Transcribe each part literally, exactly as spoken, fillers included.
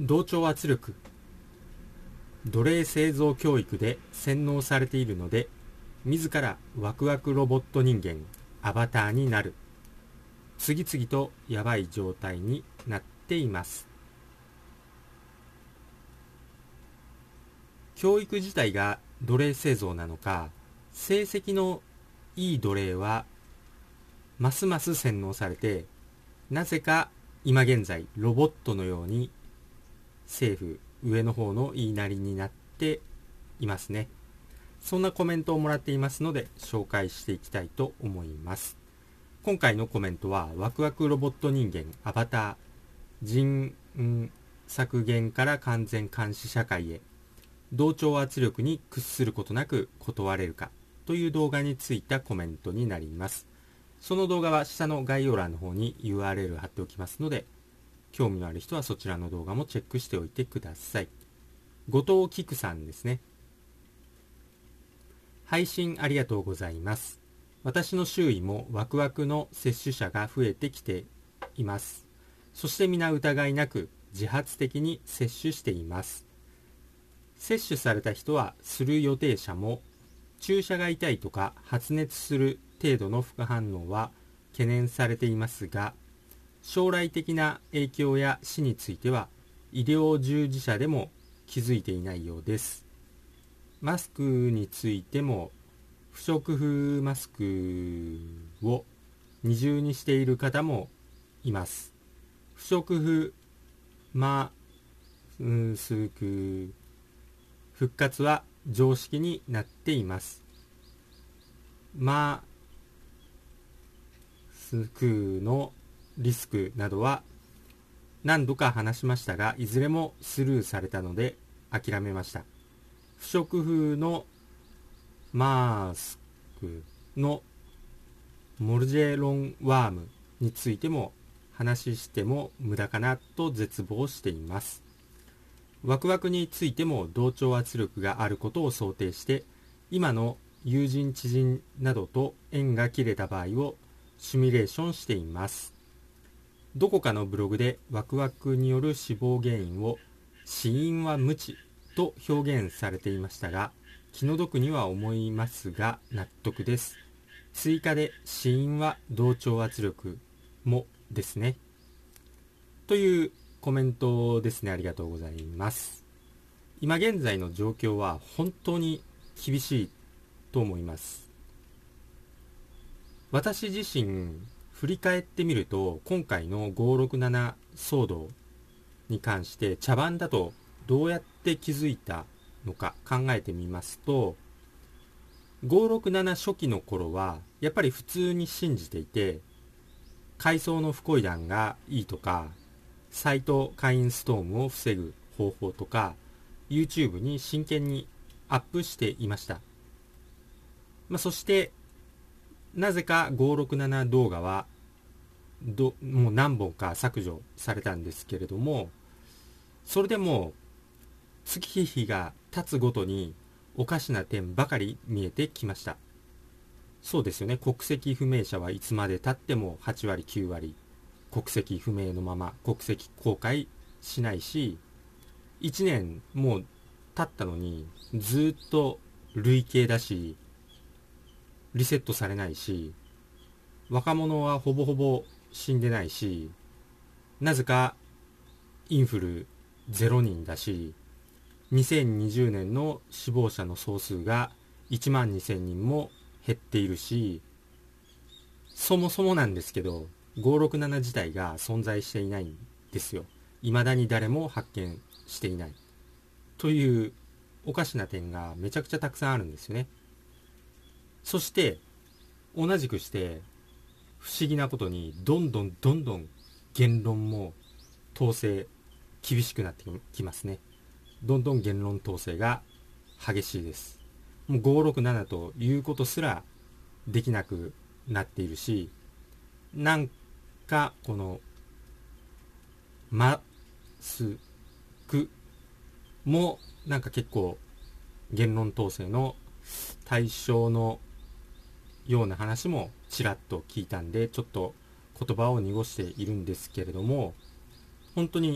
同調圧力、奴隷製造教育で洗脳されているので、自らワクワクロボット人間アバターになる。次々とやばい状態になっています。教育自体が奴隷製造なのか、成績のいい奴隷はますます洗脳されて、なぜか今現在ロボットのように政府上の方の言いなりになっていますね。そんなコメントをもらっていますので紹介していきたいと思います。今回のコメントは、ワクワクロボット人間アバター、人員削減から完全監視社会へ、同調圧力に屈することなく断れるかという動画についたコメントになります。その動画は下の概要欄の方に ユーアールエル 貼っておきますので、興味のある人はそちらの動画もチェックしておいてください。後藤菊さんですね。配信ありがとうございます。私の周囲もワクワクの接種者が増えてきています。そして皆疑いなく自発的に接種しています。接種された人はする予定者も、注射が痛いとか発熱する程度の副反応は懸念されていますが、将来的な影響や死については医療従事者でも気づいていないようです。マスクについても、不織布マスクを二重にしている方もいます。不織布マスク復活は常識になっています。マスクのリスクなどは何度か話しましたが、いずれもスルーされたので諦めました。不織布のマスクのモルジェロンワームについても話しても無駄かなと絶望しています。ワクワクについても同調圧力があることを想定して、今の友人知人などと縁が切れた場合をシミュレーションしています。どこかのブログでワクワクによる死亡原因を死因は無知と表現されていましたが、気の毒には思いますが納得です。追加で死因は同調圧力もですね。というコメントですね。ありがとうございます。今現在の状況は本当に厳しいと思います。私自身振り返ってみると、今回のごろくなな騒動に関して茶番だとどうやって気づいたのか考えてみますと、ごろくなな初期の頃はやっぱり普通に信じていて、階層の不恋弾がいいとか、サイト会員ストームを防ぐ方法とか YouTube に真剣にアップしていました。まあ、そしてなぜかごろくなな動画はどもう何本か削除されたんですけれども、それでも月日が経つごとにおかしな点ばかり見えてきました。そうですよね。国籍不明者はいつまで経ってもはちわりきゅうわり国籍不明のまま国籍公開しないし、いちねんもう経ったのにずっと累計だし、リセットされないし、若者はほぼほぼ死んでないし、なぜかインフルゼロにんだし、にせんにじゅうねんの死亡者の総数がいちまんにせんにんも減っているし、そもそもなんですけどごろくなな自体が存在していないんですよ。未だに誰も発見していないというおかしな点がめちゃくちゃたくさんあるんですよね。そして同じくして不思議なことに、どんどんどんどん言論も統制厳しくなってきますね。どんどん言論統制が激しいです。もうごろくななということすらできなくなっているし、なんかこのマスクもなんか結構言論統制の対象のような話もちらっと聞いたんで、ちょっと言葉を濁しているんですけれども、本当に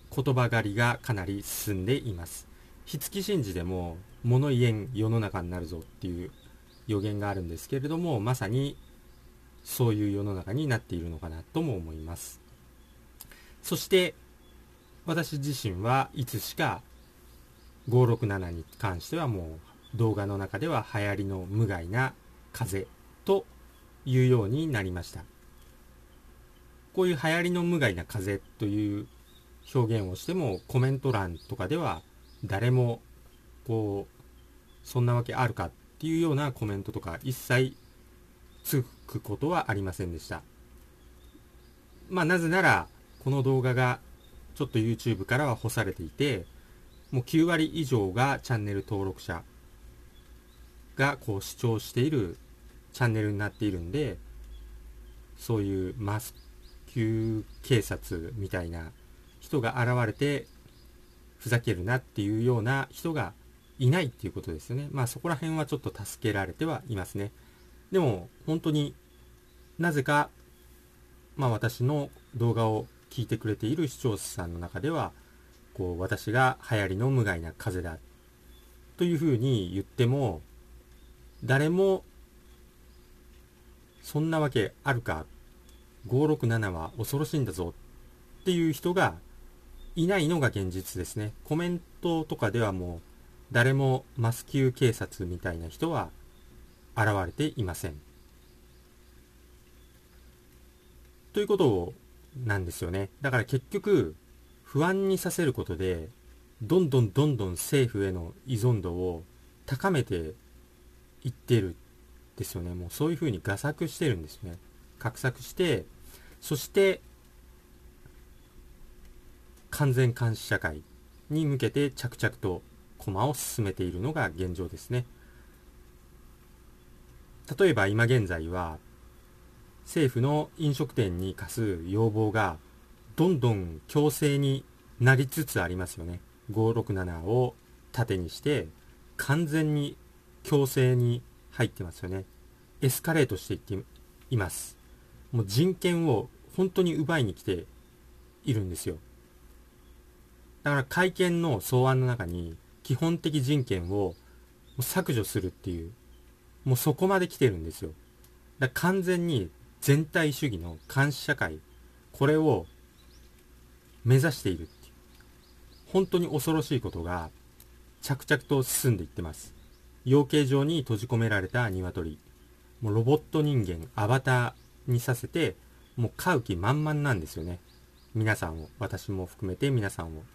言葉狩りがかなり進んでいます。火付神事でも物言えん世の中になるぞっていう予言があるんですけれども、まさにそういう世の中になっているのかなとも思います。そして私自身はいつしかごーろくななに関してはもう動画の中では流行りの無害な風というようになりました。こういう流行りの無害な風という表現をしてもコメント欄とかでは誰もこうそんなわけあるかっていうようなコメントとか一切つくことはありませんでした。まあなぜならこの動画がちょっと YouTube からは干されていて、もうきゅうわり以上がチャンネル登録者がこう視聴しているチャンネルになっているんで、そういうマスキュー警察みたいな人が現れてふざけるなっていうような人がいないっていうことですよね。まあそこら辺はちょっと助けられてはいますね。でも本当になぜかまあ私の動画を聞いてくれている視聴者さんの中ではこう私が流行りの無害な風だというふうに言っても誰もそんなわけあるか、ごーろくななは恐ろしいんだぞっていう人がいないのが現実ですね。コメントとかではもう誰もマスキュー警察みたいな人は現れていません。ということなんですよね。だから結局不安にさせることでどんどんどんどん政府への依存度を高めていってるですよね。もうそういうふうに画策してるんですね。画策して、そして完全監視社会に向けて着々と駒を進めているのが現状ですね。例えば今現在は政府の飲食店に課す要望がどんどん強制になりつつありますよね。ごーろくななを盾にして完全に強制に入ってますよね。エスカレートしていっています。もう人権を本当に奪いに来ているんですよ。だから会見の草案の中に基本的人権を削除するっていう、もうそこまで来てるんですよ。だから完全に全体主義の監視社会、これを目指しているっていう、本当に恐ろしいことが着々と進んでいってます。養鶏場に閉じ込められた鶏、もうロボット人間アバターにさせてもう飼う気満々なんですよね。皆さんを、私も含めて皆さんを。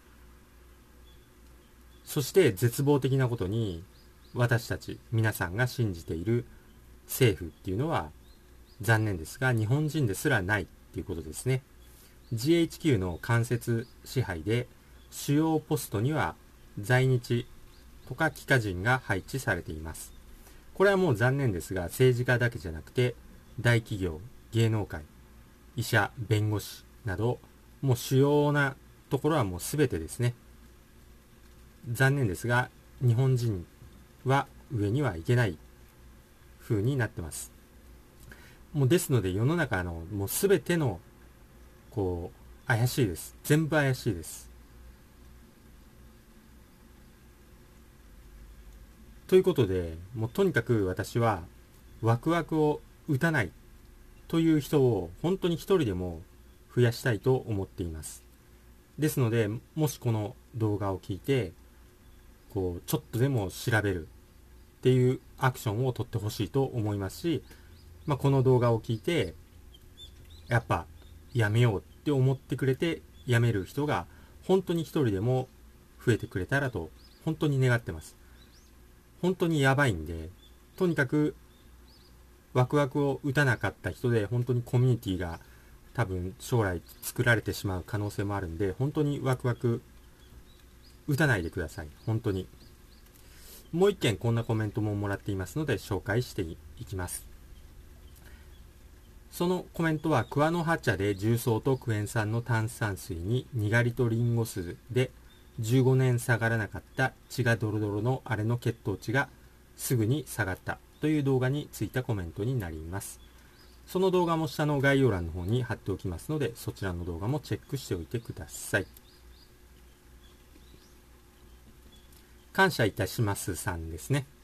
そして絶望的なことに私たち皆さんが信じている政府っていうのは残念ですが日本人ですらないっていうことですね。 ジーエイチキュー の間接支配で主要ポストには在日とか帰化人が配置されています。これはもう残念ですが政治家だけじゃなくて大企業、芸能界、医者、弁護士などもう主要なところはもう全てですね。残念ですが日本人は上にはいけない風になってます。もうですので世の中のもう全てのこう怪しいです。全部怪しいです。ということでもうとにかく私はワクワクを打たないという人を本当に一人でも増やしたいと思っています。ですのでもしこの動画を聞いてこうちょっとでも調べるっていうアクションを取ってほしいと思いますし、まあ、この動画を聞いてやっぱやめようって思ってくれてやめる人が本当に一人でも増えてくれたらと本当に願ってます。本当にやばいんで、とにかくワクワクを打たなかった人で本当にコミュニティが多分将来作られてしまう可能性もあるんで、本当にワクワク打たないでください。本当に。もう一件こんなコメントももらっていますので紹介していきます。そのコメントは桑の葉茶で重曹とクエン酸の炭酸水ににがりとリンゴ酢でじゅうごねん下がらなかった血がドロドロのあれの血糖値がすぐに下がったという動画についたコメントになります。その動画も下の概要欄の方に貼っておきますのでそちらの動画もチェックしておいてください。 感謝いたしますさんですね。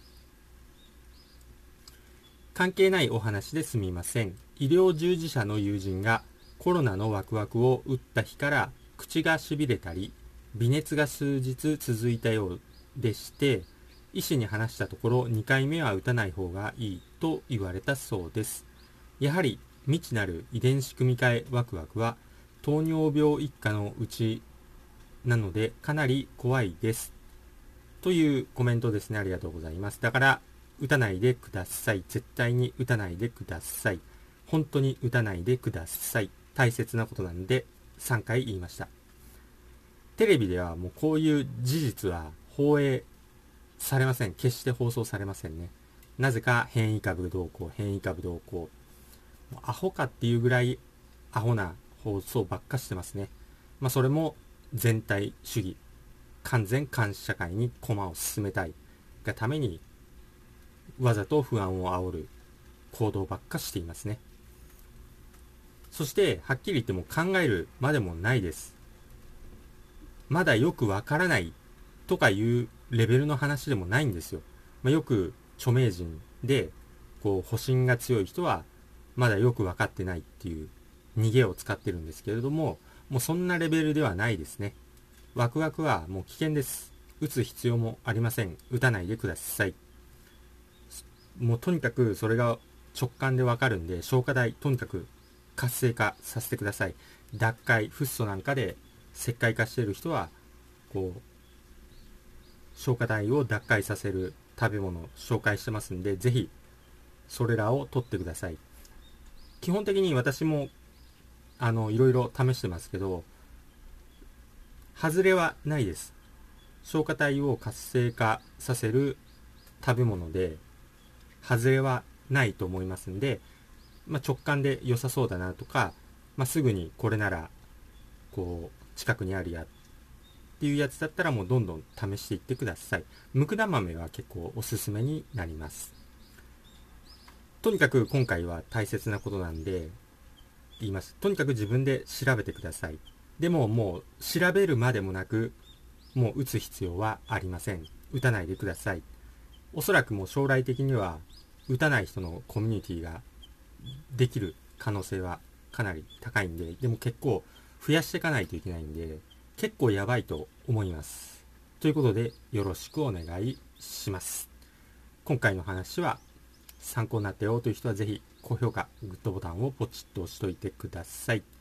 関係ないお話ですみません。医療従事者の友人がコロナのワクワクを打った日から口がしびれたり、微熱が数日続いたようでして、医師に話したところにかいめは打たない方がいいと言われたそうです。やはり未知なる遺伝子組み換えワクワクは糖尿病一家のうちなのでかなり怖いです。というコメントですね。ありがとうございます。だから打たないでください。絶対に打たないでください。本当に打たないでください。大切なことなんでさんかい言いました。テレビではもうこういう事実は放映されません。決して放送されませんね。なぜか変異株どうこう、変異株どうこう。アホかっていうぐらいアホな放送ばっかしてますね。まあそれも全体主義、完全監視社会に駒を進めたいがためにわざと不安を煽る行動ばっかしていますね。そしてはっきり言っても考えるまでもないです。まだよくわからないとかいうレベルの話でもないんですよ。まあ、よく著名人でこう保身が強い人はまだよく分かってないっていう逃げを使ってるんですけれども、もうそんなレベルではないですね。ワクワクはもう危険です。打つ必要もありません。打たないでください。もうとにかくそれが直感でわかるんで、消化剤とにかく活性化させてください。脱会、フッ素なんかで石灰化している人はこう消化剤を脱会させる食べ物を紹介してますんで、ぜひそれらを取ってください。基本的に私もあのいろいろ試してますけど、外れはないです。消化体を活性化させる食べ物で外れはないと思いますんで、まあ、直感で良さそうだなとか、まあ、すぐにこれならこう近くにあるやっていうやつだったらもうどんどん試していってください。ムクダ豆は結構おすすめになります。とにかく今回は大切なことなんで言います。とにかく自分で調べてください。でももう調べるまでもなく、もう打つ必要はありません。打たないでください。おそらくもう将来的には打たない人のコミュニティができる可能性はかなり高いんで、でも結構増やしていかないといけないんで、結構やばいと思います。ということでよろしくお願いします。今回の話は参考になったよという人はぜひ高評価、グッドボタンをポチッと押しといてください。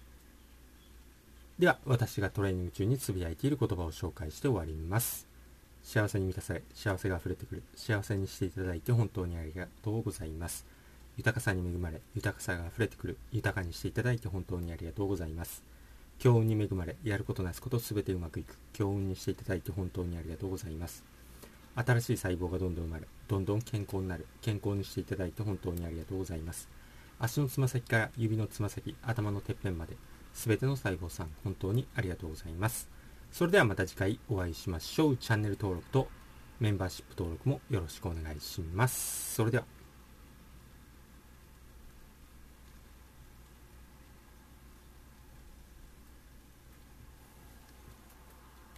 では私がトレーニング中につぶやいている言葉を紹介して終わります。幸せに満たされ、幸せが溢れてくる、幸せにしていただいて本当にありがとうございます。豊かさに恵まれ、豊かさが溢れてくる、豊かにしていただいて本当にありがとうございます。強運に恵まれ、やることなすことすべてうまくいく、強運にしていただいて本当にありがとうございます。新しい細胞がどんどん生まれ、どんどん健康になる、健康にしていただいて本当にありがとうございます。足のつま先から指のつま先、頭のてっぺんまで、すべての細胞さん本当にありがとうございます。それではまた次回お会いしましょう。チャンネル登録とメンバーシップ登録もよろしくお願いします。それでは。